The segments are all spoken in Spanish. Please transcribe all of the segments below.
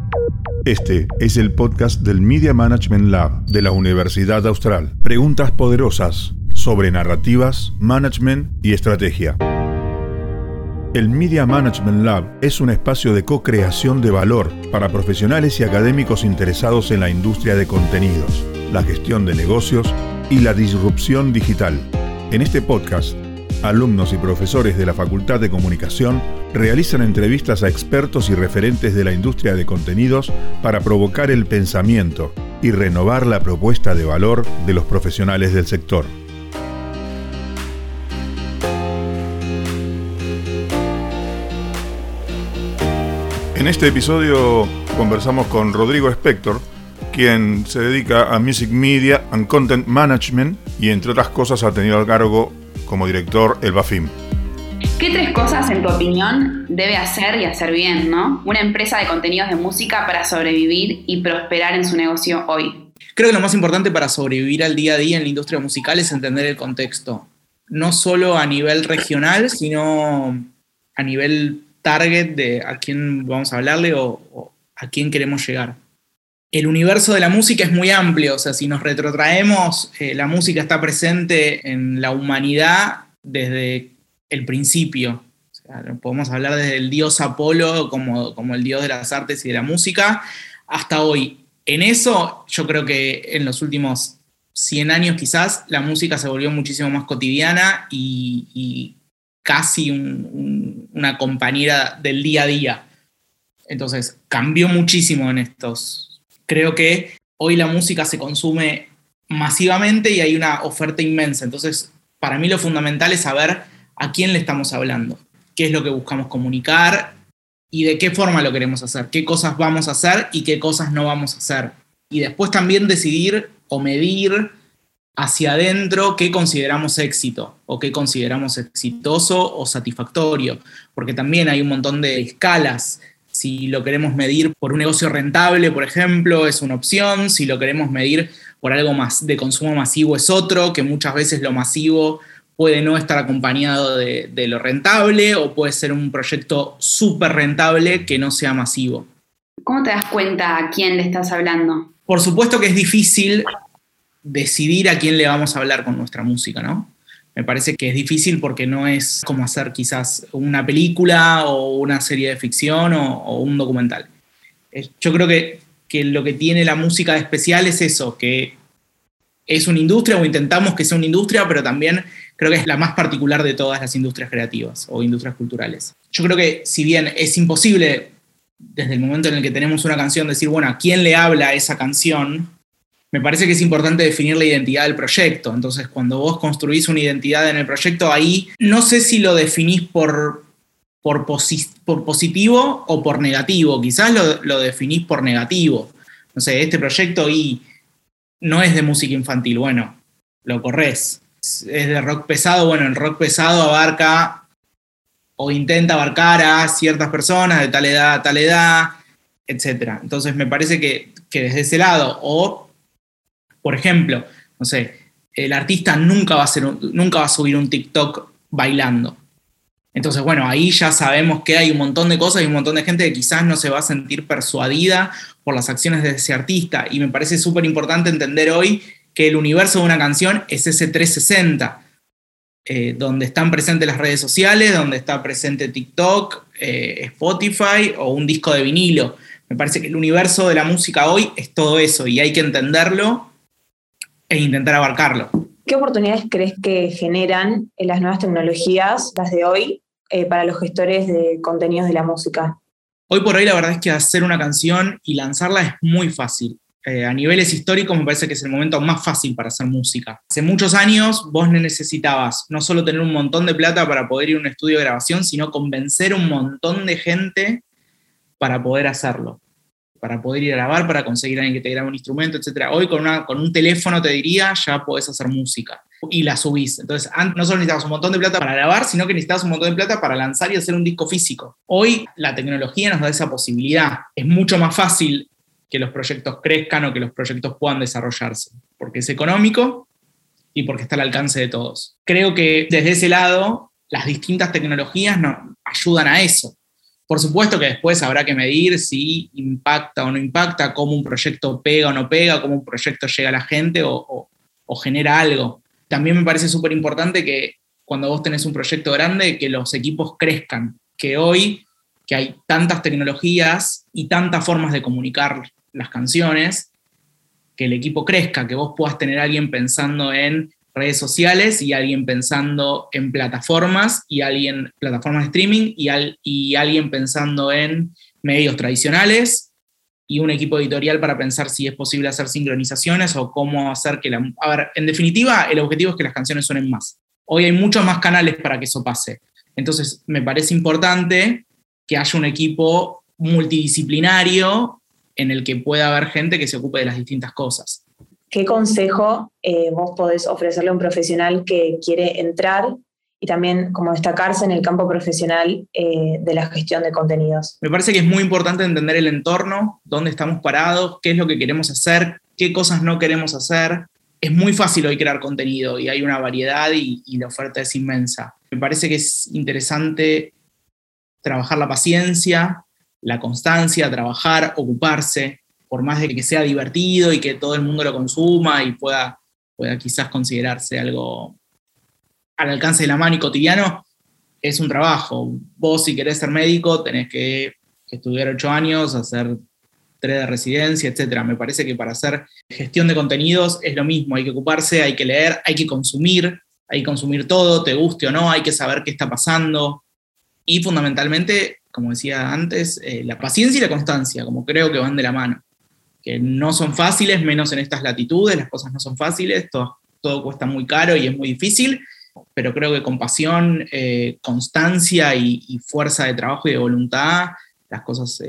Este es el podcast del Media Management Lab de la Universidad Austral. Preguntas poderosas sobre narrativas, management y estrategia. El Media Management Lab es un espacio de co-creación de valor para profesionales y académicos interesados en la industria de contenidos, la gestión de negocios y la disrupción digital. En este podcast, alumnos y profesores de la Facultad de Comunicación realizan entrevistas a expertos y referentes de la industria de contenidos para provocar el pensamiento y renovar la propuesta de valor de los profesionales del sector. En este episodio conversamos con Rodrigo Spector, quien se dedica a Music Media and Content Management y, entre otras cosas, ha tenido a cargo como director el BAFIM. ¿Qué tres cosas, en tu opinión, debe hacer y hacer bien, ¿no? una empresa de contenidos de música para sobrevivir y prosperar en su negocio hoy? Creo que lo más importante para sobrevivir al día a día en la industria musical es entender el contexto. No solo a nivel regional, sino a nivel target de a quién vamos a hablarle o a quién queremos llegar. El universo de la música es muy amplio, o sea, si nos retrotraemos, la música está presente en la humanidad desde el principio. O sea, podemos hablar desde el dios Apolo como el dios de las artes y de la música, hasta hoy. En eso, yo creo que en los últimos 100 años quizás, la música se volvió muchísimo más cotidiana y casi una compañera del día a día. Entonces, cambió muchísimo en estos. Creo que hoy la música se consume masivamente y hay una oferta inmensa. Entonces, para mí lo fundamental es saber a quién le estamos hablando, qué es lo que buscamos comunicar y de qué forma lo queremos hacer, qué cosas vamos a hacer y qué cosas no vamos a hacer. Y después también decidir o medir hacia adentro qué consideramos éxito o qué consideramos exitoso o satisfactorio, porque también hay un montón de escalas. Si lo queremos medir por un negocio rentable, por ejemplo, es una opción. Si lo queremos medir por algo más de consumo masivo, es otro, que muchas veces lo masivo puede no estar acompañado de lo rentable, o puede ser un proyecto súper rentable que no sea masivo. ¿Cómo te das cuenta a quién le estás hablando? Por supuesto que es difícil decidir a quién le vamos a hablar con nuestra música, ¿no? Me parece que es difícil porque no es como hacer quizás una película o una serie de ficción o un documental. Yo creo que lo que tiene la música de especial es eso, que es una industria o intentamos que sea una industria, pero también creo que es la más particular de todas las industrias creativas o industrias culturales. Yo creo que si bien es imposible desde el momento en el que tenemos una canción decir, bueno, ¿a quién le habla esa canción? Me parece que es importante definir la identidad del proyecto. Entonces, cuando vos construís una identidad en el proyecto, ahí no sé si lo definís por positivo o por negativo. Quizás lo definís por negativo. No sé, este proyecto no es de música infantil. Bueno, lo corrés. Es de rock pesado. Bueno, el rock pesado abarca o intenta abarcar a ciertas personas de tal edad, etc. Entonces, me parece que desde ese lado, por ejemplo, no sé, el artista nunca va a subir un TikTok bailando. Entonces, bueno, ahí ya sabemos que hay un montón de cosas y un montón de gente que quizás no se va a sentir persuadida por las acciones de ese artista. Y me parece súper importante entender hoy que el universo de una canción es ese 360, donde están presentes las redes sociales, donde está presente TikTok, Spotify o un disco de vinilo. Me parece que el universo de la música hoy es todo eso y hay que entenderlo e intentar abarcarlo. ¿Qué oportunidades crees que generan las nuevas tecnologías, las de hoy, para los gestores de contenidos de la música? Hoy por hoy la verdad es que hacer una canción y lanzarla es muy fácil. A niveles históricos me parece que es el momento más fácil para hacer música. Hace muchos años vos necesitabas no solo tener un montón de plata para poder ir a un estudio de grabación, sino convencer a un montón de gente para poder hacerlo. Para poder ir a grabar, para conseguir a alguien que te grabe un instrumento, etc. Hoy con un teléfono, te diría, ya podés hacer música y la subís. Entonces, antes no solo necesitabas un montón de plata para grabar, sino que necesitabas un montón de plata para lanzar y hacer un disco físico. Hoy la tecnología nos da esa posibilidad. Es mucho más fácil que los proyectos crezcan o que los proyectos puedan desarrollarse, porque es económico y porque está al alcance de todos. Creo que desde ese lado, las distintas tecnologías nos ayudan a eso. Por supuesto que después habrá que medir si impacta o no impacta, cómo un proyecto pega o no pega, cómo un proyecto llega a la gente o genera algo. También me parece súper importante que cuando vos tenés un proyecto grande, que los equipos crezcan, que hoy, que hay tantas tecnologías y tantas formas de comunicar las canciones, que el equipo crezca, que vos puedas tener a alguien pensando en redes sociales y alguien pensando en plataformas de streaming y alguien pensando en medios tradicionales y un equipo editorial para pensar si es posible hacer sincronizaciones o cómo hacer que A ver, en definitiva, el objetivo es que las canciones suenen más. Hoy hay muchos más canales para que eso pase. Entonces, me parece importante que haya un equipo multidisciplinario en el que pueda haber gente que se ocupe de las distintas cosas. ¿Qué consejo vos podés ofrecerle a un profesional que quiere entrar y también como destacarse en el campo profesional de la gestión de contenidos? Me parece que es muy importante entender el entorno, dónde estamos parados, qué es lo que queremos hacer, qué cosas no queremos hacer. Es muy fácil hoy crear contenido y hay una variedad y la oferta es inmensa. Me parece que es interesante trabajar la paciencia, la constancia, trabajar, ocuparse, por más de que sea divertido y que todo el mundo lo consuma y pueda quizás considerarse algo al alcance de la mano y cotidiano, es un trabajo. Vos, si querés ser médico, tenés que estudiar 8 años, hacer 3 de residencia, etc. Me parece que para hacer gestión de contenidos es lo mismo, hay que ocuparse, hay que leer, hay que consumir todo, te guste o no, hay que saber qué está pasando. Y fundamentalmente, como decía antes, la paciencia y la constancia, como creo que van de la mano. Que no son fáciles, menos en estas latitudes, las cosas no son fáciles, todo cuesta muy caro y es muy difícil, pero creo que con pasión, constancia y fuerza de trabajo y de voluntad, las cosas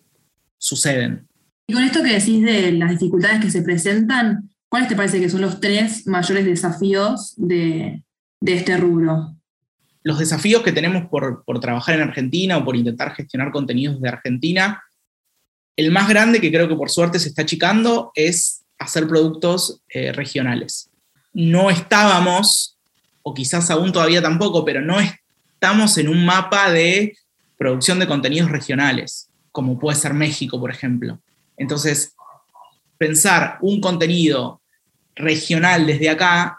suceden. Y con esto que decís de las dificultades que se presentan, ¿cuáles te parece que son los 3 mayores desafíos de este rubro? Los desafíos que tenemos por trabajar en Argentina o por intentar gestionar contenidos de Argentina, el más grande, que creo que por suerte se está achicando, es hacer productos regionales. No estábamos, o quizás aún todavía tampoco, pero no estamos en un mapa de producción de contenidos regionales, como puede ser México, por ejemplo. Entonces, pensar un contenido regional desde acá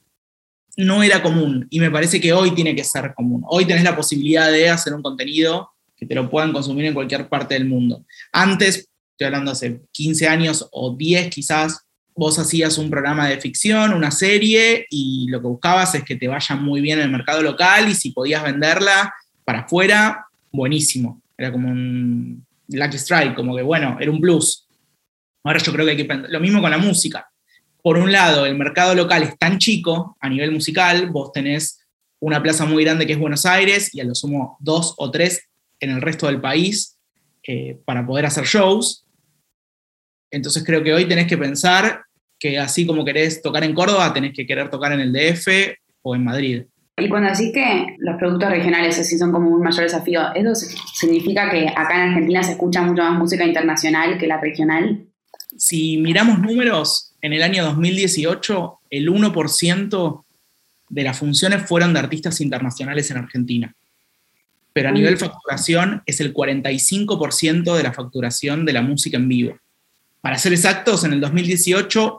no era común, y me parece que hoy tiene que ser común. Hoy tenés la posibilidad de hacer un contenido que te lo puedan consumir en cualquier parte del mundo. Antes, estoy hablando hace 15 años o 10 quizás, vos hacías un programa de ficción, una serie, y lo que buscabas es que te vaya muy bien en el mercado local, y si podías venderla para afuera, buenísimo. Era como un Lucky Strike, como que bueno, era un plus. Ahora yo creo que hay que lo mismo con la música. Por un lado, el mercado local es tan chico a nivel musical, vos tenés una plaza muy grande que es Buenos Aires, y a lo sumo 2 o 3 en el resto del país para poder hacer shows. Entonces creo que hoy tenés que pensar que así como querés tocar en Córdoba, tenés que querer tocar en el DF o en Madrid. Y cuando decís que los productos regionales así son como un mayor desafío, ¿eso significa que acá en Argentina se escucha mucho más música internacional que la regional? Si miramos números, en el año 2018 el 1% de las funciones fueron de artistas internacionales en Argentina. Pero a nivel facturación es el 45% de la facturación de la música en vivo. Para ser exactos, en el 2018,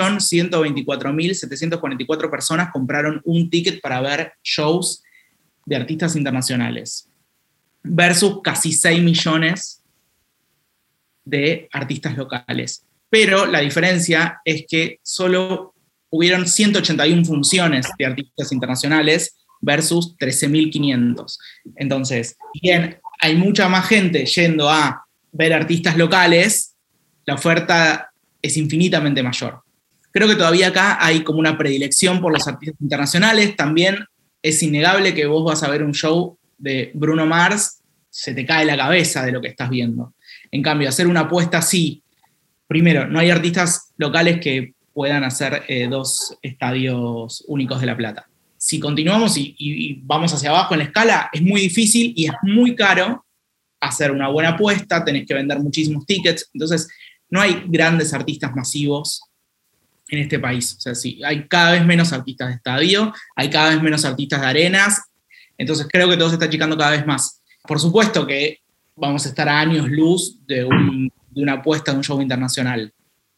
1.124.744 personas compraron un ticket para ver shows de artistas internacionales, versus casi 6 millones de artistas locales. Pero la diferencia es que solo hubieron 181 funciones de artistas internacionales versus 13.500. Entonces, bien, hay mucha más gente yendo a ver artistas locales, la oferta es infinitamente mayor. Creo que todavía acá hay como una predilección por los artistas internacionales. También es innegable que vos vas a ver un show de Bruno Mars, se te cae la cabeza de lo que estás viendo. En cambio, hacer una apuesta así, primero, no hay artistas locales que puedan hacer 2 estadios únicos de La Plata. Si continuamos y vamos hacia abajo en la escala, es muy difícil y es muy caro hacer una buena apuesta, tenés que vender muchísimos tickets, entonces no hay grandes artistas masivos en este país. O sea, sí, hay cada vez menos artistas de estadio, hay cada vez menos artistas de arenas, entonces creo que todo se está achicando cada vez más. Por supuesto que vamos a estar a años luz de una apuesta de un show internacional.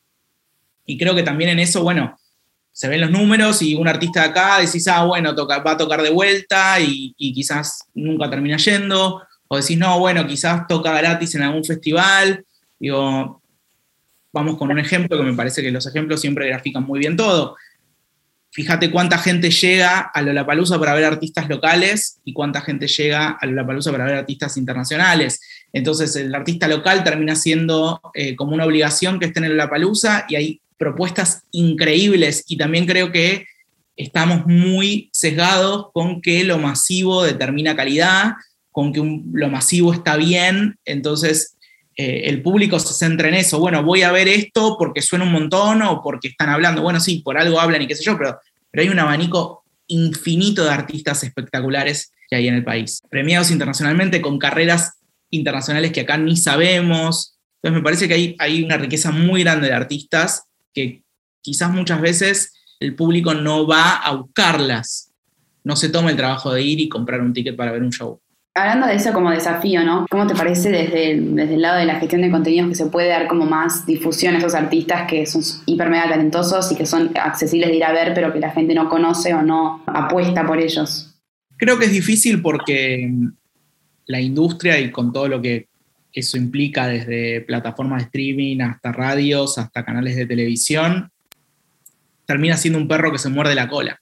Y creo que también en eso, bueno, se ven los números y un artista de acá decís, bueno, va a tocar de vuelta y quizás nunca termina yendo, o decís, no, bueno, quizás toca gratis en algún festival. Digo, vamos con un ejemplo, que me parece que los ejemplos siempre grafican muy bien todo. Fíjate cuánta gente llega a Lollapalooza para ver artistas locales y cuánta gente llega a Lollapalooza para ver artistas internacionales. Entonces el artista local termina siendo como una obligación que esté en Lollapalooza, y hay propuestas increíbles, y también creo que estamos muy sesgados con que lo masivo determina calidad, con que lo masivo está bien, entonces el público se centra en eso. Bueno, voy a ver esto porque suena un montón o porque están hablando. Bueno, sí, por algo hablan y qué sé yo, pero hay un abanico infinito de artistas espectaculares que hay en el país, premiados internacionalmente con carreras internacionales que acá ni sabemos. Entonces me parece que hay una riqueza muy grande de artistas que quizás muchas veces el público no va a buscarlas, no se toma el trabajo de ir y comprar un ticket para ver un show. Hablando de eso como desafío, ¿no? ¿Cómo te parece desde el lado de la gestión de contenidos que se puede dar como más difusión a esos artistas que son hiper mega talentosos y que son accesibles de ir a ver, pero que la gente no conoce o no apuesta por ellos? Creo que es difícil porque la industria, y con todo lo que eso implica, desde plataformas de streaming hasta radios, hasta canales de televisión, termina siendo un perro que se muerde la cola.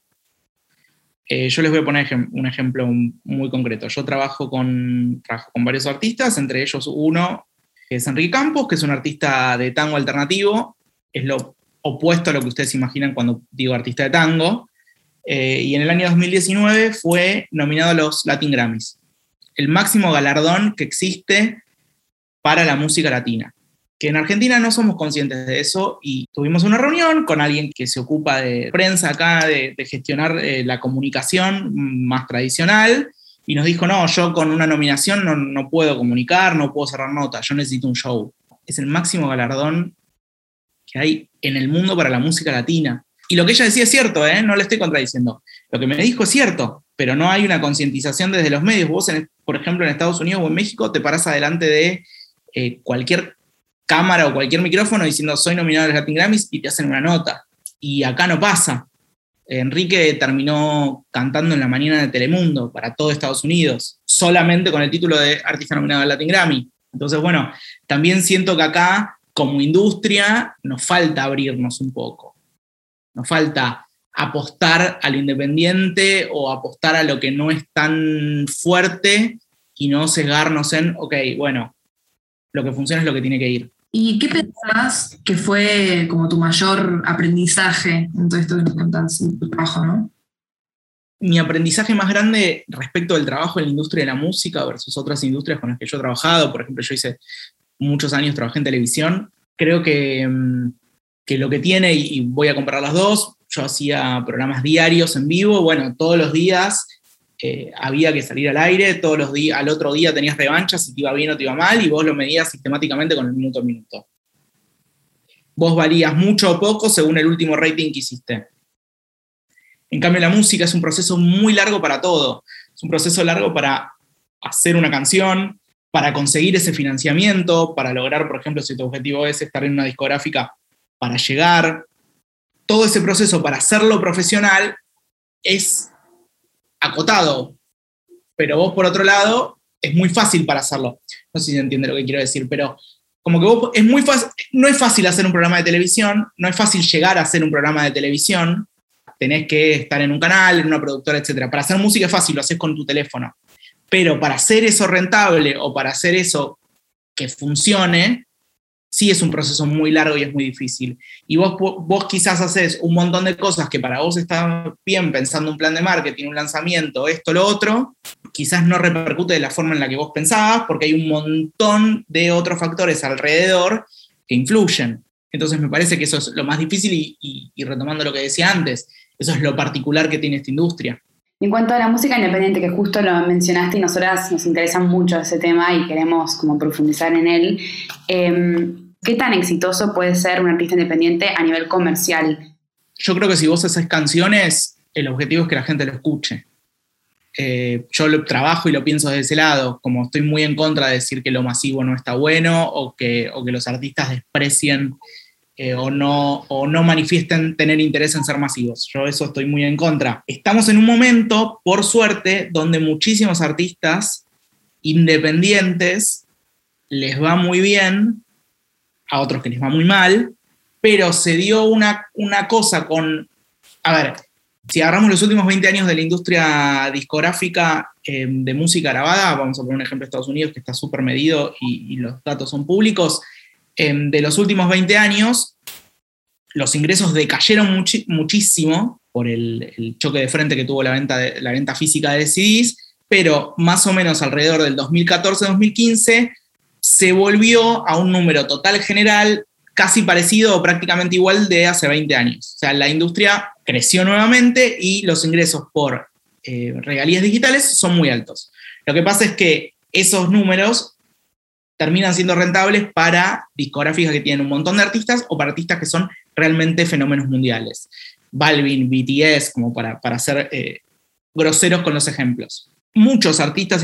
Yo les voy a poner un ejemplo muy concreto. Yo trabajo con varios artistas, entre ellos uno que es Enrique Campos, que es un artista de tango alternativo, es lo opuesto a lo que ustedes imaginan cuando digo artista de tango, y en el año 2019 fue nominado a los Latin Grammys, el máximo galardón que existe para la música latina, que en Argentina no somos conscientes de eso, y tuvimos una reunión con alguien que se ocupa de prensa acá, de gestionar la comunicación más tradicional, y nos dijo, no, yo con una nominación no puedo comunicar, no puedo cerrar notas, yo necesito un show. Es el máximo galardón que hay en el mundo para la música latina. Y lo que ella decía es cierto, no le estoy contradiciendo. Lo que me dijo es cierto, pero no hay una concientización desde los medios. Vos, por ejemplo, en Estados Unidos o en México, te parás adelante de cualquier cámara o cualquier micrófono diciendo soy nominado a los Latin Grammys y te hacen una nota. Y acá no pasa. Enrique terminó cantando en la mañana de Telemundo para todo Estados Unidos, solamente con el título de artista nominado al Latin Grammy. Entonces, bueno, también siento que acá, como industria, nos falta abrirnos un poco. Nos falta apostar a lo independiente o apostar a lo que no es tan fuerte y no sesgarnos en, ok, bueno, lo que funciona es lo que tiene que ir. ¿Y qué pensás que fue como tu mayor aprendizaje en todo esto que nos contás en tu trabajo, no? Mi aprendizaje más grande respecto del trabajo en la industria de la música versus otras industrias con las que yo he trabajado, por ejemplo, yo hice muchos años, trabajé en televisión, creo que lo que tiene, y voy a comparar las dos, yo hacía programas diarios en vivo, bueno, todos los días había que salir al aire, todos los días, al otro día tenías revanchas, si te iba bien o te iba mal, y vos lo medías sistemáticamente con el minuto a minuto. Vos valías mucho o poco según el último rating que hiciste. En cambio, la música es un proceso muy largo para todo. Es un proceso largo para hacer una canción, para conseguir ese financiamiento, para lograr, por ejemplo, si tu objetivo es estar en una discográfica, para llegar. Todo ese proceso para hacerlo profesional es acotado, pero vos por otro lado es muy fácil para hacerlo. No sé si se entiende lo que quiero decir, pero como que vos es muy fácil, no es fácil hacer un programa de televisión, no es fácil llegar a hacer un programa de televisión, tenés que estar en un canal, en una productora, etc. Para hacer música es fácil, lo haces con tu teléfono, pero para hacer eso rentable o para hacer eso que funcione, sí es un proceso muy largo y es muy difícil. Y vos quizás haces un montón de cosas que para vos está bien, pensando un plan de marketing, un lanzamiento, esto, lo otro, quizás no repercute de la forma en la que vos pensabas, porque hay un montón de otros factores alrededor que influyen. Entonces me parece que eso es lo más difícil y retomando lo que decía antes, eso es lo particular que tiene esta industria. En cuanto a la música independiente, que justo lo mencionaste y nosotras nos interesa mucho ese tema y queremos como profundizar en él, ¿qué tan exitoso puede ser un artista independiente a nivel comercial? Yo creo que si vos haces canciones, el objetivo es que la gente lo escuche. Yo lo trabajo y lo pienso desde ese lado, como estoy muy en contra de decir que lo masivo no está bueno o que los artistas desprecien o no manifiesten tener interés en ser masivos. Yo eso estoy muy en contra. Estamos en un momento, por suerte, donde muchísimos artistas independientes les va muy bien, a otros que les va muy mal, pero se dio una cosa con... A ver, si agarramos los últimos 20 años de la industria discográfica de música grabada, vamos a poner un ejemplo de Estados Unidos que está súper medido y los datos son públicos, de los últimos 20 años, los ingresos decayeron muchísimo por el choque de frente que tuvo la venta física de CDs, pero más o menos alrededor del 2014-2015 se volvió a un número total general casi parecido o prácticamente igual de hace 20 años. O sea, la industria creció nuevamente y los ingresos por regalías digitales son muy altos. Lo que pasa es que esos números terminan siendo rentables para discográficas que tienen un montón de artistas o para artistas que son realmente fenómenos mundiales. Balvin, BTS, como para ser groseros con los ejemplos. Muchos artistas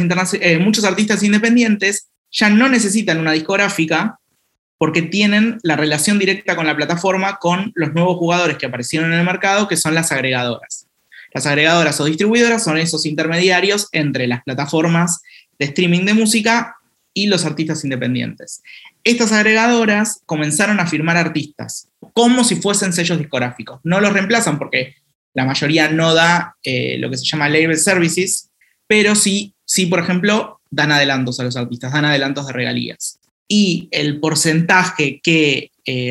independientes ya no necesitan una discográfica porque tienen la relación directa con la plataforma con los nuevos jugadores que aparecieron en el mercado, que son las agregadoras. Las agregadoras o distribuidoras son esos intermediarios entre las plataformas de streaming de música y los artistas independientes. Estas agregadoras comenzaron a firmar artistas como si fuesen sellos discográficos. No los reemplazan porque la mayoría no da lo que se llama label services, pero sí, por ejemplo, dan adelantos a los artistas, dan adelantos de regalías. Y el porcentaje que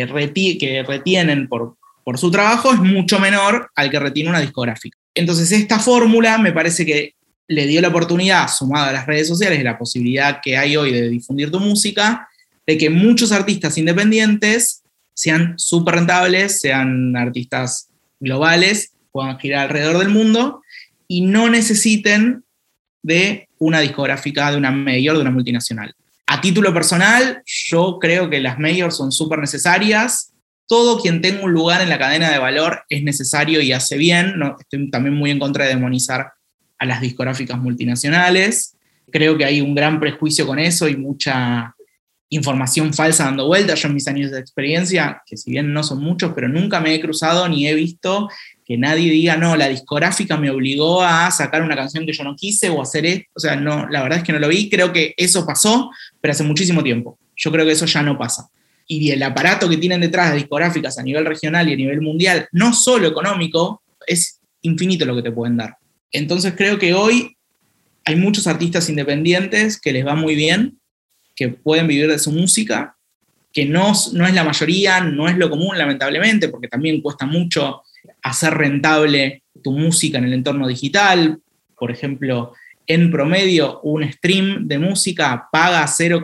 retienen por su trabajo es mucho menor al que retiene una discográfica. Entonces esta fórmula me parece que le dio la oportunidad, sumada a las redes sociales, y la posibilidad que hay hoy de difundir tu música, de que muchos artistas independientes sean súper rentables, sean artistas globales, puedan girar alrededor del mundo y no necesiten de una discográfica, de una major, de una multinacional. A título personal, yo creo que las majors son súper necesarias. Todo quien tenga un lugar en la cadena de valor es necesario y hace bien. No, estoy también muy en contra de demonizar a las discográficas multinacionales. Creo que hay un gran prejuicio con eso y mucha información falsa dando vuelta. Yo en mis años de experiencia, que si bien no son muchos, pero nunca me he cruzado ni he visto que nadie diga, no, la discográfica me obligó a sacar una canción que yo no quise o hacer esto. O sea, no, la verdad es que no lo vi. Creo que eso pasó, pero hace muchísimo tiempo. Yo creo que eso ya no pasa. Y el aparato que tienen detrás de discográficas a nivel regional y a nivel mundial, no solo económico, es infinito lo que te pueden dar. Entonces creo que hoy hay muchos artistas independientes que les va muy bien, que pueden vivir de su música, que no es la mayoría, no es lo común, lamentablemente, porque también cuesta mucho hacer rentable tu música en el entorno digital. Por ejemplo, en promedio, un stream de música paga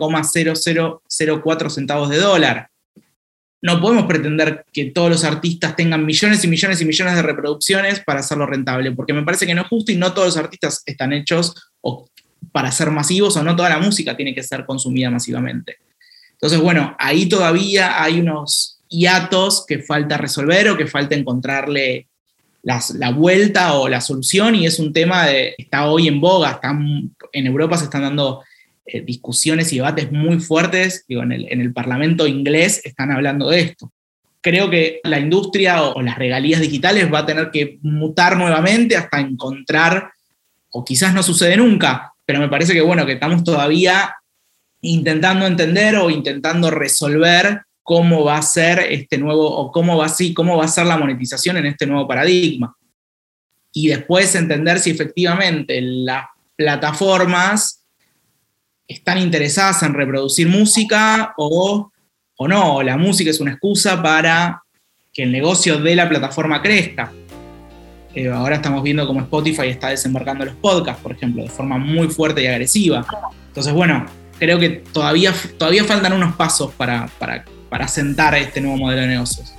0,0004 centavos de dólar. No podemos pretender que todos los artistas tengan millones y millones y millones de reproducciones para hacerlo rentable, porque me parece que no es justo y no todos los artistas están hechos para ser masivos, o no toda la música tiene que ser consumida masivamente. Entonces, bueno, ahí todavía hay unos hiatos que falta resolver o que falta encontrarle la vuelta o la solución, y es un tema que está hoy en boga. En Europa se están dando discusiones y debates muy fuertes. Digo, en el Parlamento inglés están hablando de esto. Creo que la industria o las regalías digitales va a tener que mutar nuevamente hasta encontrar, o quizás no sucede nunca, pero me parece que, bueno, que estamos todavía intentando entender o intentando resolver cómo va a ser este nuevo, o cómo va a ser la monetización en este nuevo paradigma. Y después entender si efectivamente las plataformas están interesadas en reproducir música o no, o la música es una excusa para que el negocio de la plataforma crezca. Ahora estamos viendo cómo Spotify está desembarcando los podcasts, por ejemplo, de forma muy fuerte y agresiva. Entonces, bueno, creo que todavía faltan unos pasos para sentar este nuevo modelo de negocios.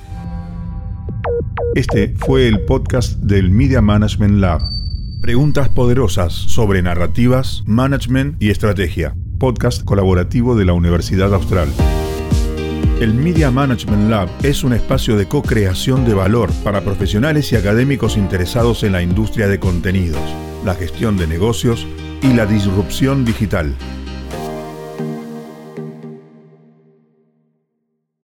Este fue el podcast del Media Management Lab. Preguntas poderosas sobre narrativas, management y estrategia. Podcast colaborativo de la Universidad Austral. El Media Management Lab es un espacio de co-creación de valor para profesionales y académicos interesados en la industria de contenidos. la gestión de negocios y la disrupción digital.